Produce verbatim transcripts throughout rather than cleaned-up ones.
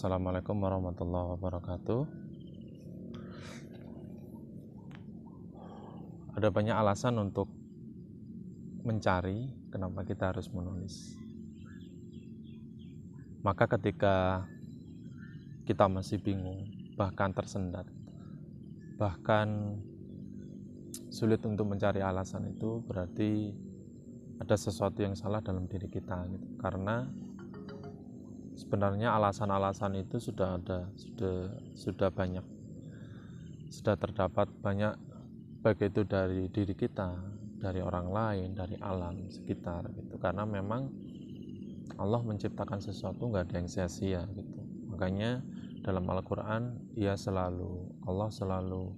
Assalamualaikum warahmatullahi wabarakatuh. Ada banyak alasan untuk mencari kenapa kita harus menulis. Maka ketika kita masih bingung, bahkan tersendat, bahkan sulit untuk mencari alasan, itu berarti ada sesuatu yang salah dalam diri kita gitu. Karena sebenarnya alasan-alasan itu sudah ada, sudah sudah banyak, sudah terdapat banyak, baik itu dari diri kita, dari orang lain, dari alam sekitar gitu. Karena memang Allah menciptakan sesuatu nggak ada yang sia-sia gitu. Makanya dalam Al-Quran ia selalu Allah selalu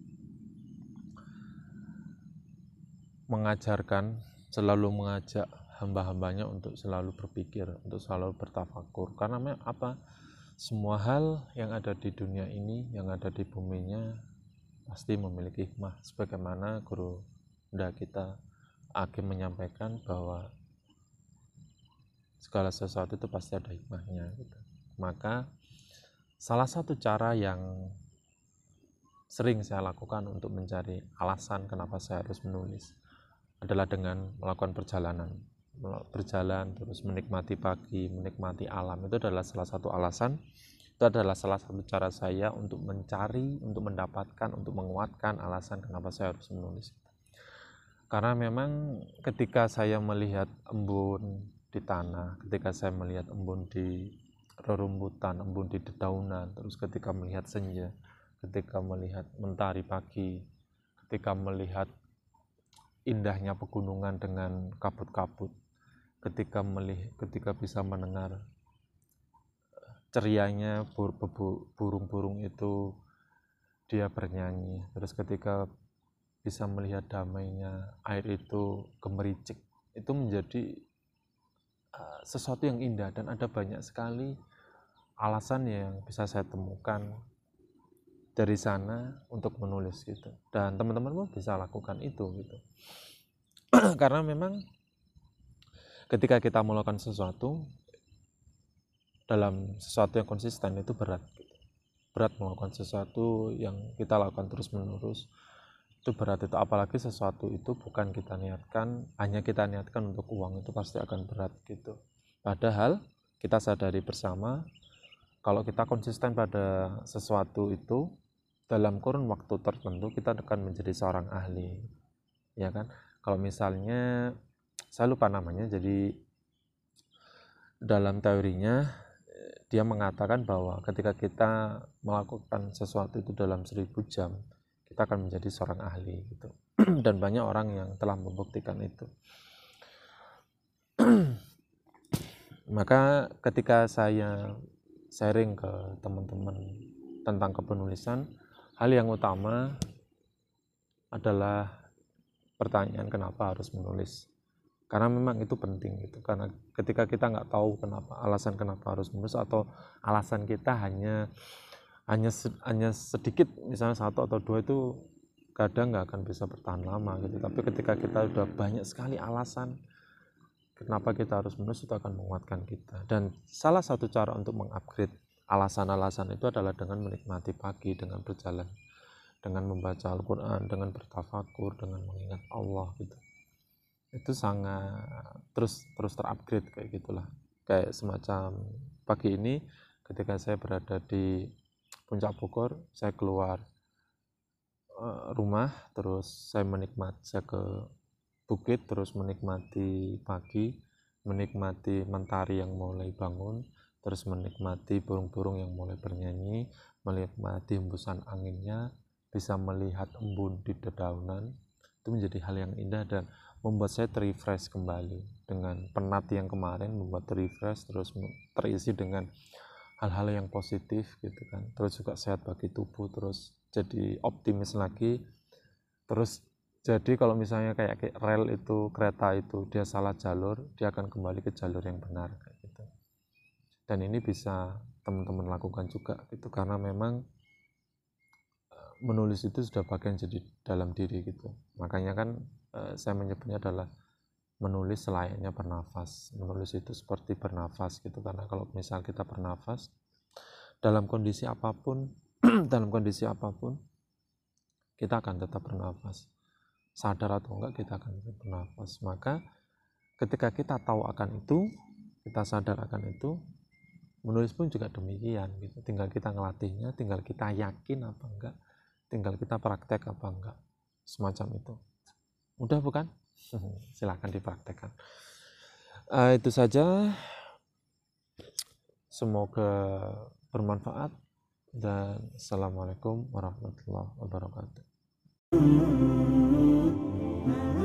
mengajarkan, selalu mengajak hamba-hambanya untuk selalu berpikir, untuk selalu bertafakur. Karena apa? Semua hal yang ada di dunia ini, yang ada di buminya, pasti memiliki hikmah. Sebagaimana guru Bunda kita Hakim menyampaikan bahwa segala sesuatu itu pasti ada hikmahnya gitu. Maka salah satu cara yang sering saya lakukan untuk mencari alasan kenapa saya harus menulis adalah dengan melakukan perjalanan. Berjalan terus menikmati pagi, menikmati alam, itu adalah salah satu alasan. Itu adalah salah satu cara saya untuk mencari, untuk mendapatkan, untuk menguatkan alasan kenapa saya harus menulis. Karena memang ketika saya melihat embun di tanah, ketika saya melihat embun di rerumputan, embun di dedaunan, terus ketika melihat senja, ketika melihat mentari pagi, ketika melihat indahnya pegunungan dengan kabut-kabut, ketika melihat, ketika bisa mendengar cerianya burung-burung itu dia bernyanyi, terus ketika bisa melihat damainya air itu gemericik, itu menjadi uh, sesuatu yang indah. Dan ada banyak sekali alasan yang bisa saya temukan dari sana untuk menulis gitu. Dan teman-teman pun bisa lakukan itu gitu. Karena memang ketika kita melakukan sesuatu dalam sesuatu yang konsisten itu berat gitu. Berat melakukan sesuatu yang kita lakukan terus menerus itu berat itu, apalagi sesuatu itu bukan kita niatkan, hanya kita niatkan untuk uang, itu pasti akan berat gitu. Padahal kita sadari bersama kalau kita konsisten pada sesuatu itu dalam kurun waktu tertentu kita akan menjadi seorang ahli, ya kan? Kalau misalnya saya lupa namanya, jadi dalam teorinya dia mengatakan bahwa ketika kita melakukan sesuatu itu dalam seribu jam, kita akan menjadi seorang ahli gitu. Dan banyak orang yang telah membuktikan itu. Maka ketika saya sharing ke teman-teman tentang kepenulisan, hal yang utama adalah pertanyaan kenapa harus menulis. Karena memang itu penting gitu. Karena ketika kita nggak tahu kenapa, alasan kenapa harus menulis, atau alasan kita hanya hanya hanya sedikit, misalnya satu atau dua, itu kadang nggak akan bisa bertahan lama gitu. Tapi ketika kita udah banyak sekali alasan kenapa kita harus menulis, itu akan menguatkan kita. Dan salah satu cara untuk mengupgrade alasan-alasan itu adalah dengan menikmati pagi, dengan berjalan, dengan membaca Al-Quran, dengan bertafakur, dengan mengingat Allah gitu. Itu sangat terus terus terupgrade kayak gitulah. Kayak semacam pagi ini ketika saya berada di Puncak Bogor, saya keluar uh, rumah, terus saya menikmati, saya ke bukit, terus menikmati pagi, menikmati mentari yang mulai bangun, terus menikmati burung-burung yang mulai bernyanyi, menikmati hembusan anginnya, bisa melihat embun di dedaunan. Itu menjadi hal yang indah dan membuat saya terrefresh kembali. Dengan penat yang kemarin membuat terrefresh, terus terisi dengan hal-hal yang positif gitu kan. Terus juga sehat bagi tubuh, terus jadi optimis lagi. Terus jadi kalau misalnya kayak rel itu, kereta itu dia salah jalur, dia akan kembali ke jalur yang benar kayak gitu. Dan ini bisa teman-teman lakukan juga gitu, karena memang menulis itu sudah bagian jadi dalam diri gitu. Makanya kan eh, saya menyebutnya adalah menulis selayaknya bernafas. Menulis itu seperti bernafas gitu, karena kalau misal kita bernafas, dalam kondisi apapun dalam kondisi apapun kita akan tetap bernafas, sadar atau enggak kita akan tetap bernafas. Maka ketika kita tahu akan itu, kita sadar akan itu, menulis pun juga demikian gitu. Tinggal kita ngelatihnya, tinggal kita yakin apa enggak, tinggal kita praktek apa enggak, semacam itu. Mudah bukan? Silahkan dipraktekkan. Uh, itu saja, semoga bermanfaat, dan assalamualaikum warahmatullahi wabarakatuh.